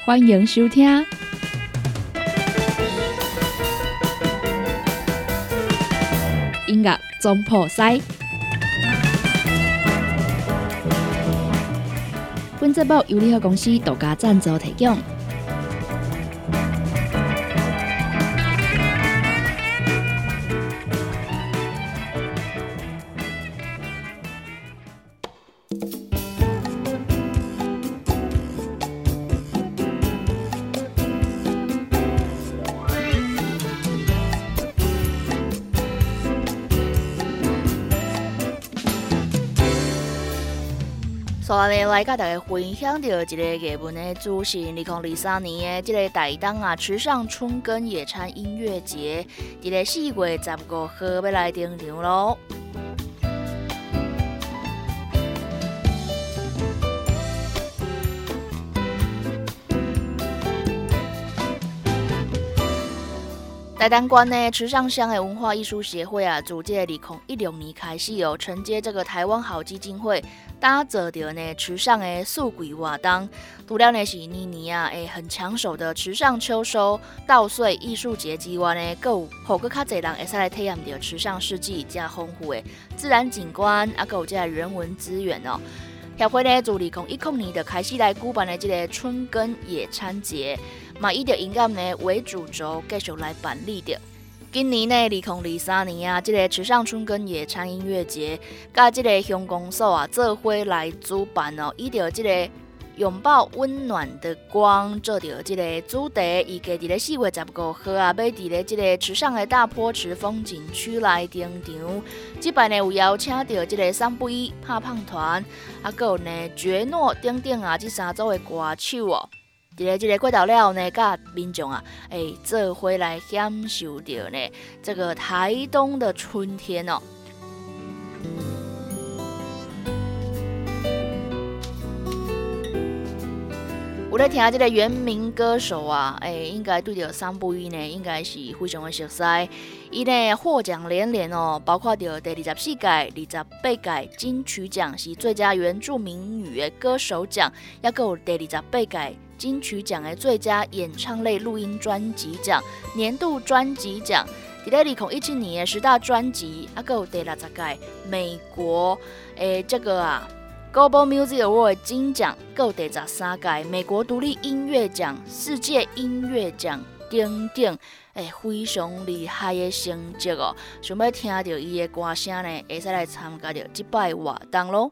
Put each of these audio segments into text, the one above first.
欢迎收听。音乐总铺师，本节目由联合公司独家赞助提供。 所以来甲大家分享到一个艺文的资讯，2023年的这个台东池上春耕野餐音乐节，伫个4月15号要来登场咯。台东县的池上乡的文化艺术协会自这个2016年开始承接这个台湾好基金会打造着呢池上的四季活动，除了呢是年年很抢手的池上秋收稻穗艺术节之外呢，还有互更较侪人会使来体验到池上四季这丰富的自然景观，还有这人文资源哦。协会呢自2019年就开始来举办的这个春耕野餐节，嘛以着音乐呢为主轴，继续来办理着。今年呢，2023年这个池上春耕野餐音乐节，甲这个乡公所做伙来主办哦，以着这个拥抱温暖的光做着这个主题，预计伫咧4月15号要伫咧这个池上的大坡池风景区来登场。这摆呢有邀请到这个三不一怕胖团，还有呢绝诺等等这3组的歌手哦。伫咧这个过道了呢，甲民众做伙来享受到呢这个台东的春天哦。有咧听这个原民歌手应该对着三不一呢，应该是非常的熟悉。伊呢获奖连连哦，包括到第24届、28届金曲奖是最佳原住民语的歌手奖，也有第28届金曲奖的最佳演唱类录音专辑奖、年度专辑奖。伫咧2017年的10大专辑，还有第60届美国这个Global Music Award 金奖，还有第13届美国独立音乐奖、世界音乐奖等等，非常厉害的成绩哦！想要听到伊的歌声呢，会使来参加到这摆活动咯。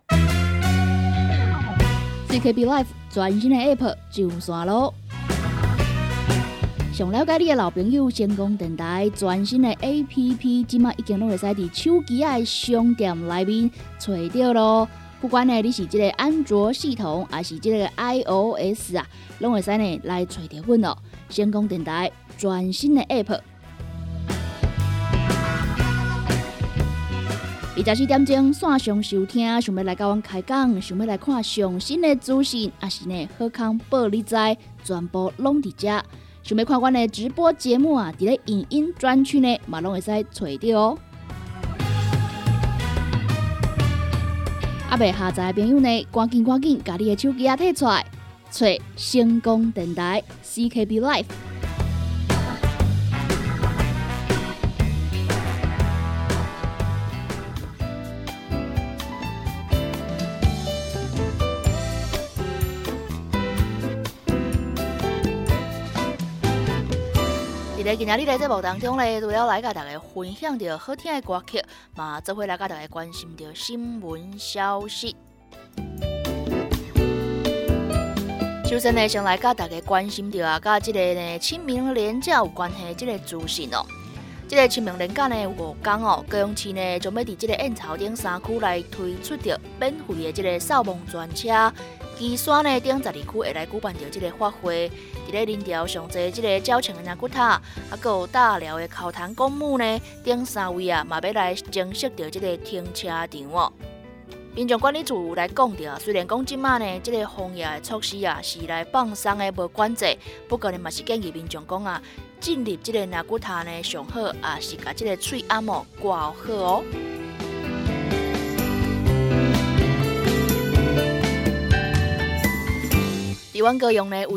CKB Life 全新的 App 上线咯！想了解你的老朋友，成功电台全新的 App， 即马已经拢会使伫手机的商店内面找到咯。不管呢你是这个安卓系统，还是这个 iOS 拢会使呢来找到阮哦。成功电台全新的 App。24点钟线上收听，想要来甲阮开讲，想要来看上新的资讯，还是呢好康报你知，全部拢伫遮。想要看阮的直播节目伫咧影音专区呢，嘛拢会使找到哦。未下载的朋友呢，赶紧把你的手机摕出来，找成功电台 CKB Life。 在今日的节目当中呢，除了来甲大家分享到好听的歌曲，嘛做伙来甲大家关心到新闻消息。首先呢，先来甲大家关心到甲这个呢清明连假有关系的这个资讯哦。这个清明连假呢有5天哦，高雄市呢将要伫这个燕巢顶3区来推出着免费的这个扫墓专车。旗山呢顶12区会来举办着这个法会，伫咧林条上侪这个矫情的纳骨塔，还有大寮的考坛公墓呢，顶3位嘛要来增设着这个停车场哦。民众管理处来讲着，虽然讲即马呢，这个防疫的措施是来放松的无管制，不过呢嘛是建议民众讲进入这个纳骨塔呢上好是甲这个喙暗挂好哦。 湾高雄呢有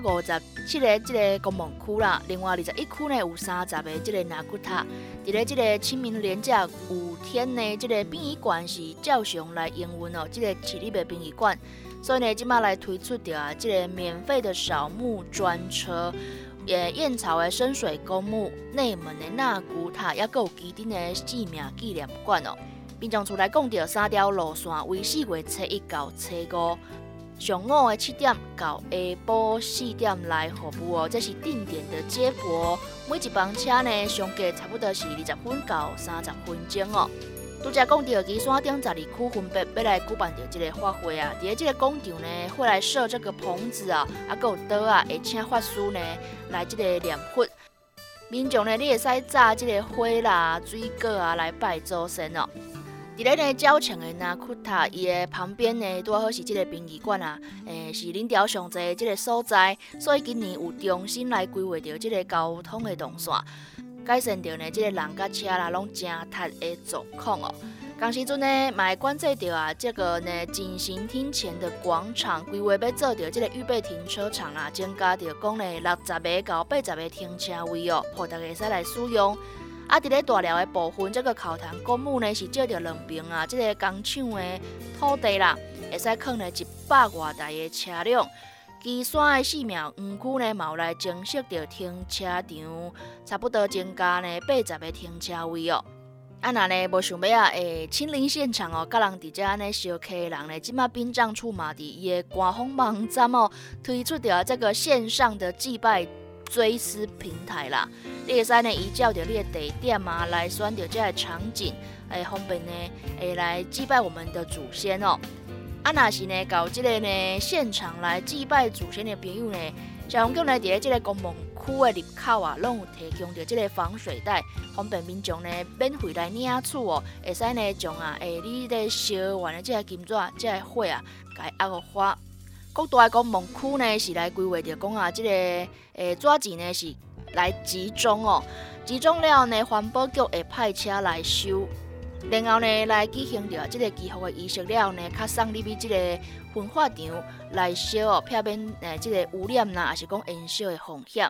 157个这个公墓区啦，另外21区呢有30个这个纳骨塔。伫咧这个清明连假5天呢，这个殡仪馆是照常来营运哦，这个市立的殡仪馆。所以呢，即马来推出着啊，这个免费的扫墓专车。燕巢的深水公墓、内门的纳古塔，也有基丁的生命纪念馆哦。民众厝来讲到3条路线，为4月初1到初5，上午的7点到下晡4点来服务哦。这是定点的接驳，每一班车呢上价差不多是20分到30分钟哦。拄则讲到旗山顶12区分别要来举办着这个法会啊，伫咧这个广场呢会来设这个棚子啊，还有桌啊，会请法师呢来这个念佛。民众呢，你会使炸这个火啦、水果啊来拜祖先哦。伫咧呢较长的纳库塔，伊的旁边呢拄好是这个殡仪馆啊，是人潮上侪的这个所在，所以今年有重新来规划着这个交通的动线。改善着呢，这个人甲车啦，拢真塞的状况哦。同时阵呢，嘛会观察到啊，这个呢，景行厅前的广场规划要做着这个预备停车场啦，增加着讲呢60个到80个停车位哦，互大家使来使用。啊，伫咧大寮的部分，这个考坛公墓呢是借着两边啊，这个工厂的土地啦，会使放呢100多台的车辆。旗山的4庙园区呢，嘛有来增设着停车场，差不多增加呢80个停车位哦。啊，若呢无想要亲临现场哦，甲人伫遮呢烧客的人呢，即马殡葬处嘛伫伊的官方网站哦，推出着这个线上的祭拜追思平台啦。你会使呢依照着你的地点啊，来选着这个场景，方便呢来祭拜我们的祖先哦。啊，若是呢，到这个呢现场来祭拜祖先的朋友呢，消防局呢伫咧这个公墓区的入口啊，拢有提供着这个防水袋，方便民众呢免费来领取哦，会使呢将啊你咧烧完的这个金纸、这个火啊，甲伊压个花。各大的公墓区呢是来规划着讲啊，这个纸钱呢是来集中哦，集中了呢，环保局会派车来收。然后呢，来举行着这个祈福的仪式了呢，较送入去这个焚化场来烧哦，避免这个污染啦，也是讲燃烧的风险。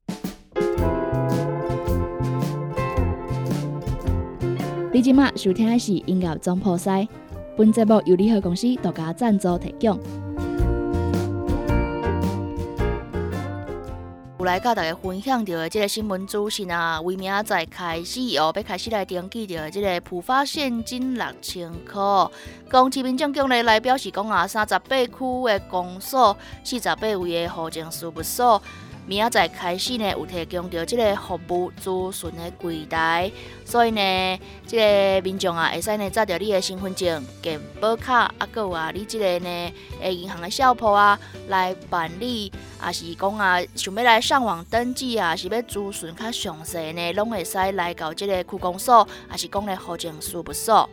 你即马收听的是音乐总铺师，本节目由联合公司独家赞助提供。有来甲大家分享到这个新闻资讯啊，为明仔开始哦，要开始来登记到这个普发现金6000块。讲市民政局呢来表示讲啊，38区的公所、48位的户政事务所，明仔开始呢有提供到这个服务资讯的柜台，所以呢，这个民众啊会使呢载着你的身份证、健保卡，啊，还有啊你这个呢银行的小簿啊来办理。也是讲啊，想要来上网登记啊，是要资讯较详细呢，拢会使来到这个区公所，也是讲咧户政事务所。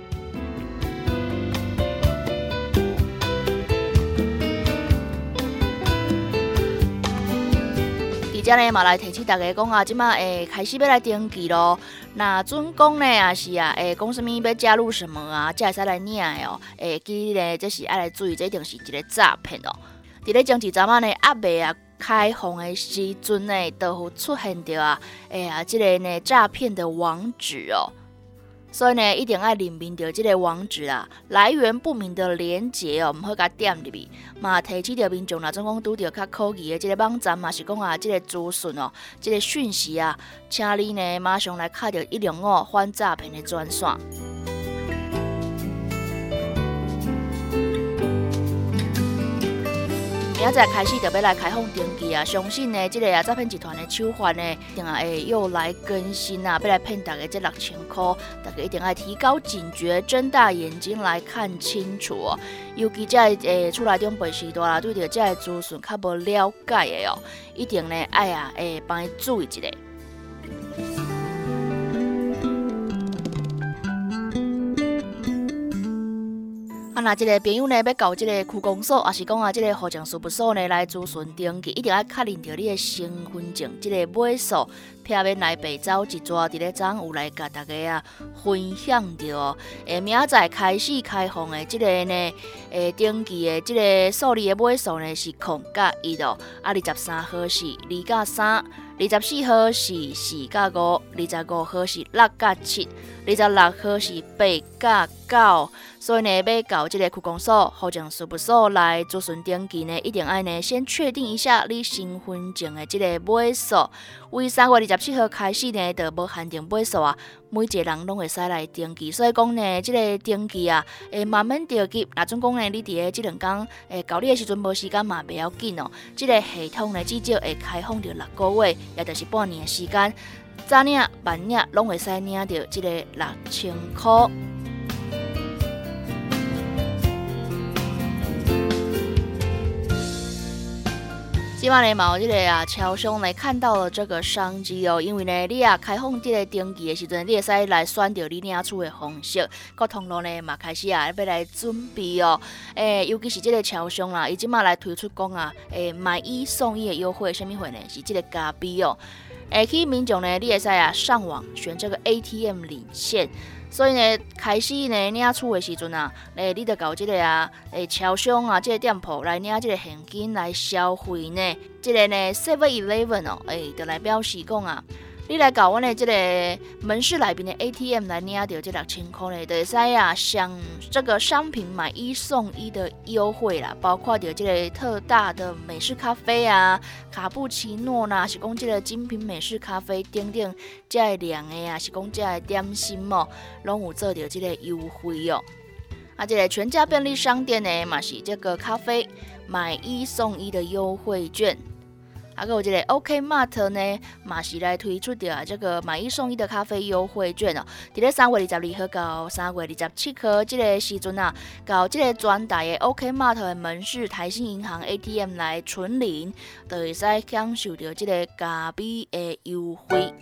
伫遮呢嘛来提醒大家讲啊，即马开始要来登记咯。那准讲呢也是啊，讲什么要加入什么啊，才会使来领的哦。记咧，这是爱来注意，这一定是一个诈骗哦。伫咧政治站啊呢，暗暝啊开放的时阵呢，都有出现着啊，这个呢诈骗的网址哦，所以呢一定要认明着这个网址啊，来源不明的连结哦，唔好甲点入去。嘛提醒着民众啦，总讲拄着较可疑的这个网站嘛，是讲啊，这个资讯哦，这个讯息啊，请你呢马上来敲着105反诈骗的专线。明仔载开始就要来开放登记啊！相信呢，这个诈骗集团的手法呢，一定会又来更新啊，要来骗大家这6000块，大家一定要提高警觉，睁大眼睛来看清楚哦。尤其这厝内中辈时代啦，对着这资讯较无了解的哦，一定呢爱啊帮伊注意一下。 那这个朋友呢，要到这个区公所，也是讲这个户政事务所呢来咨询登记，一定要确认到你的身份证这个尾数，避免来白走一撮。伫咧昨有来甲大家分享到，明仔开始开放的这个呢，登记的这个数字的尾数呢是0+1哦，23号是2+3。24号是4+5， 25号是6+7， 26号是8+9。所以呢，要到这个区公所、户政事务所来咨询登记呢，一定要呢先确定一下你身份证的这个尾数。为3月27号开始呢，就无限定尾数啊，每一个人拢会使来登记。所以讲呢，这个登记啊，慢慢着急。那总讲呢，你伫个这2天，到你的时阵无时间嘛，袂要紧哦。这个系统呢，至少会开放着6个月，也就是半年的时间。早领、晚领拢会使领到这个6000块。即摆呢，嘛有这个超商来看到了这个商机哦，因为呢，你开放这个登记的时阵，你会使来选择你领取的方式，各通路呢嘛开始要来准备哦。尤其是这个超商啦，伊即摆来推出讲买1送1的优惠，什么会呢？是这个加币哦。去民众呢，你会使上网选这个 ATM 领现。所以呢，开始呢领取的时阵啊，你就到这个超商啊，这个店铺来领这个现金来消费呢。这个呢 7-Eleven 哦，就来表示讲啊，你来到阮的这个门市内边的 ATM 来领到这6000块呢，就会使像这个商品买1送1的优惠啦，包括着这个特大的美式咖啡啊、卡布奇诺啦，是讲这个精品美式咖啡等等，这量的啊，是讲这点心哦，拢有做到这个优惠哦。这个全家便利商店呢，嘛是这个咖啡买1送1的优惠券。还有这个 OK Mart 呢，嘛是来推出的这个买1送1的咖啡优惠券哦。伫咧3月22号到3月27号这个时阵啊，到这个专大的 OK Mart 的门市台新银行 ATM 来存零，就会使享受到这个加币的优惠。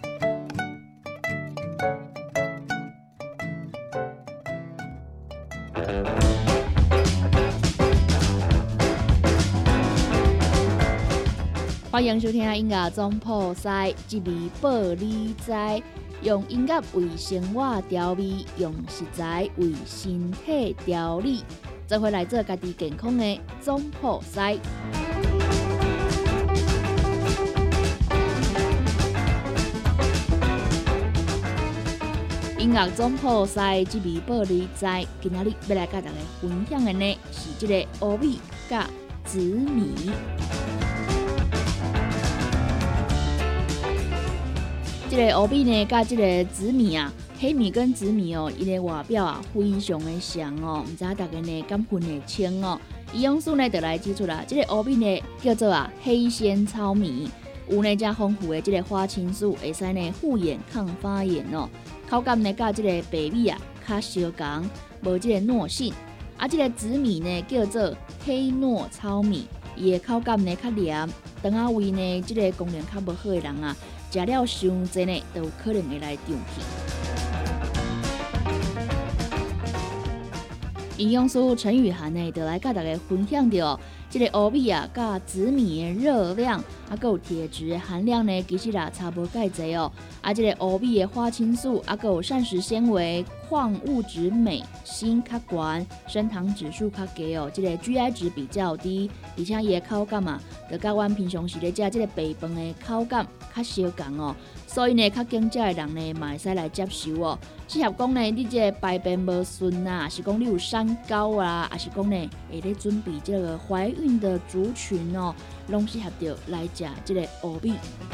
欢迎收听音乐总铺塞，一味报你知，用音乐为生活调味，用食材为身体调理，做伙来做家己健康的总铺塞。音乐总铺塞，一味报你知，今仔日要来甲大家分享的呢是这个黑米甲紫米。这个黑米呢，甲这个紫米啊，黑米跟紫米哦，伊的外表啊非常的像哦，唔知大家呢敢分得清哦？营养素呢，就来指出啦，这个黑米呢叫做黑仙草米，有呢加丰富的这个花青素，会使呢护眼抗发炎哦。口感呢，甲这个白米啊较相共，无这个糯性。这个紫米呢叫做黑糯糙米，伊的口感呢较黏，肠仔胃呢这个功能较无好的人啊。食了伤济呢，都有可能会来胀气。营养师陈雨涵呢，就来甲大家分享到，这个黑米啊，甲紫米的热量，还有铁质含量呢，其实差无介济哦。这个黑米的花青素，还有膳食纤维、矿物质镁、锌较悬，升糖指数较低哦。这个 GI 值比较低，而且伊的口感啊，就甲阮平常时咧食这个白饭的口感较相共哦。所以呢，较经食的人呢，嘛会使来接受哦。适合讲呢，你这个排便无顺啊，还是讲你有三高啊，还是讲呢，会咧准备这个怀孕的族群哦，拢适合着来食这个黑米。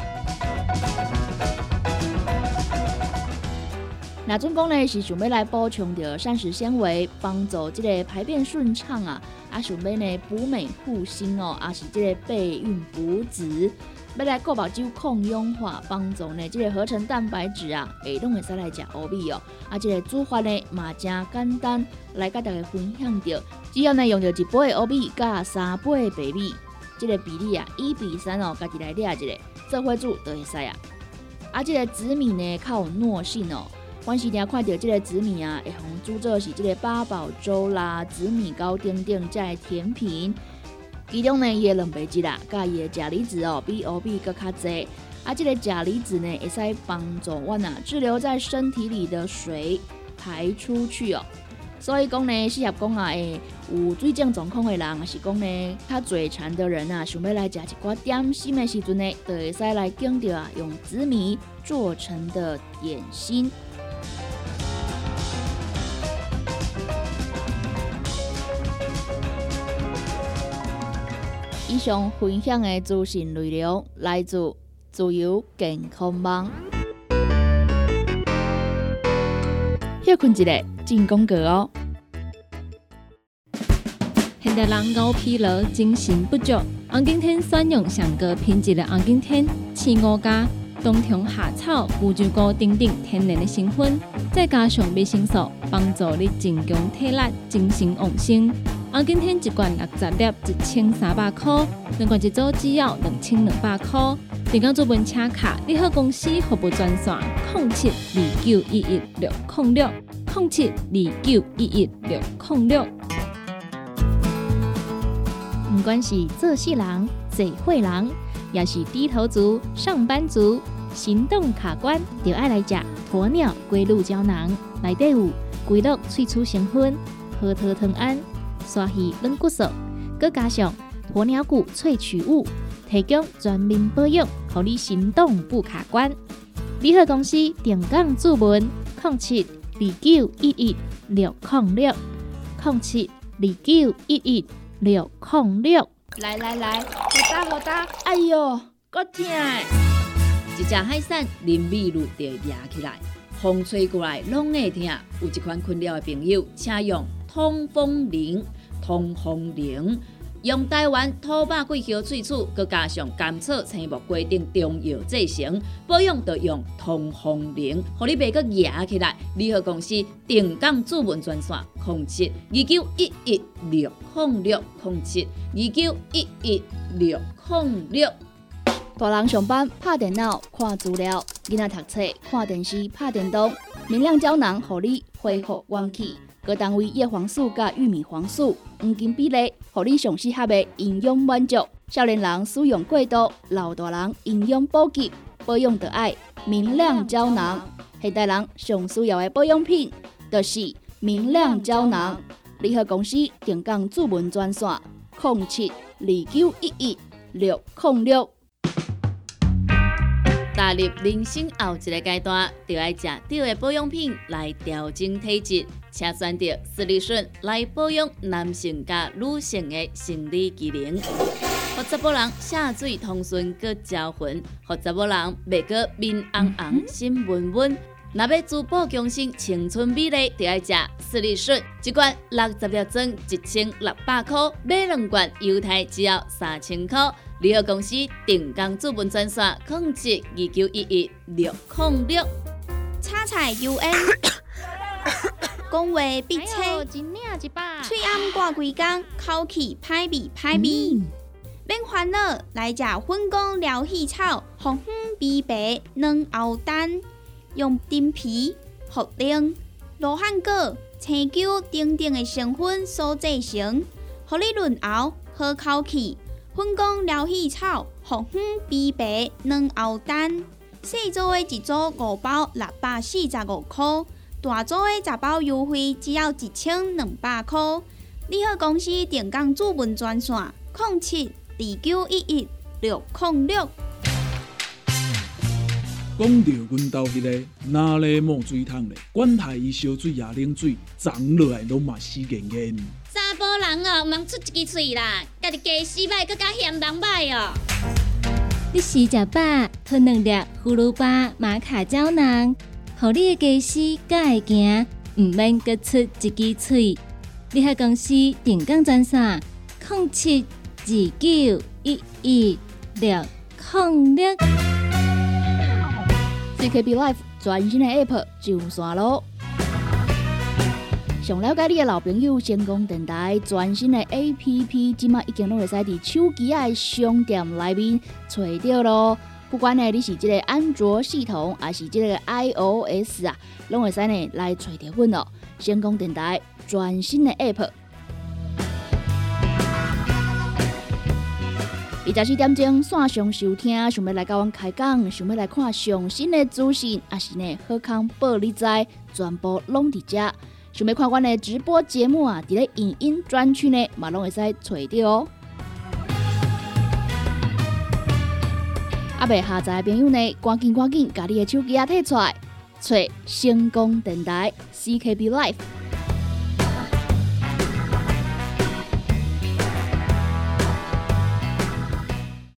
那总讲呢是想要来补充着膳食纤维，帮助这个排便顺畅啊，想要呢补镁护锌哦，是这个备孕补脂。要来顾目睭抗氧化，帮助呢这个合成蛋白质啊，拢会使来食黑米哦。这个煮法呢嘛真简单，来甲大家分享着。只要呢用着1杯的黑米加3杯的白米，这个比例啊1:3哦，家己来抓一个，做伙煮就会使啊。这个紫米呢较有糯性哦， 凡是听看到这个紫米啊，会互煮做是这个八宝粥啦、紫米糕等等这类甜品。其中呢，伊的蛋白质啦，甲伊的钾离子哦，比欧米更较侪。这个钾离子呢，会使帮助我滞留在身体里的水排出去哦。所以讲呢，适合讲会有水肿状况的人，也是讲呢，较嘴馋的人想要来食一寡点心的时阵呢，就会使来拣到用紫米做成的点心。以上分享的资讯内容来自自由健康网。休困一下，进广告哦。 现代人熬疲劳、精神不足，红景天选用上高品质的红景天青5加，冬虫夏草、乌鸡菇等等天然的成分，再加上维生素，帮助你增强体力、精神旺盛。红景天一罐60粒，1300块；两罐一组只要2200块。电工主文车卡，你好公司服务专线0729116006，0729116006。 不管是做事人、做会人，也是低头族、上班族，行动卡关，就爱来吃鸵鸟龟鹿胶囊。内底有龟鹿萃取成分、核桃藤胺、鲨鱼软骨素，佮加上鸵鸟骨萃取物，提供全面保养，让你行动不卡关。联合公司定岗注文0729116006，0729116006。 来，好打！哎哟，够痛！ 一只海扇淋米露就压起来，风吹过来拢会痛。有一款困扰的朋友，请用通风灵。用台湾土白桂花萃取，佮加上甘草、青木规定中药制成，保养就用通风灵，互你袂佮压起来。联合公司定岗主文专线：0721160607211606。 大人上班拍电脑看资料，囡仔读册看电视拍电动，明亮胶囊互你恢复元气。各单位叶黄素甲玉米黄素黄金比例，互你上适合的营养满足。少年人使用过度，老大人营养补给，保养就爱明亮胶囊。现代人上需要的保养品，就是明亮胶囊。联合公司定岗主文专线0729116006。 踏入人生后一个阶段，就要食对的保养品来调整体质，请选择斯利顺来保养男性加女性的生理机能，让查某人下水通顺佮招魂，让查某人袂佮面红红心温温。若要珠宝强身、青春美丽，就要食斯利顺，一罐60粒装1600块，买2罐犹太只要3000块。联合公司定岗主文专线0729116006。 炒菜 UN， 讲话必切，嘴暗挂规工，口气歹味。免烦恼，来食粉果疗气草，红粉枇杷软藕蛋，用丁皮、茯苓、罗汉果、青椒等等的成分所制成，互你润喉好口气。粉果疗气草、红粉枇杷软藕蛋，细组的一组5包645块，大组的10包优惠只要1200块。联合公司定岗主文专线0729116006。 讲到阮兜迄个哪里冒水桶咧，管他伊烧水也冷水，长落来拢嘛死严严。 查甫人哦，毋通出一支喙啦，家己家洗歹，搁加嫌人歹哦。 你时食饱，吞2粒葫芦巴玛卡胶囊，互你的家洗才会行，毋免搁出一支喙。联合公司定岗专线0729116006。 CKB Life 全新的 App 上线咯！想了解你的老朋友，成功电台全新的 APP， 即马已经拢会使伫手机的商店内面找到咯。不不管呢你是这个安卓系统，还是这个 iOS 啊，拢会使呢来找到阮哦。成功电台全新的 App。24点钟线上收听，想要来甲阮开讲，想要来看上新的资讯，也是呢好康报你知，全部拢伫遮。想要看阮的直播节目啊，伫咧影音专区呢，嘛拢会使找到哦。未下载的朋友呢，赶紧，甲你的手机仔摕出来，找成功电台 CKB Life。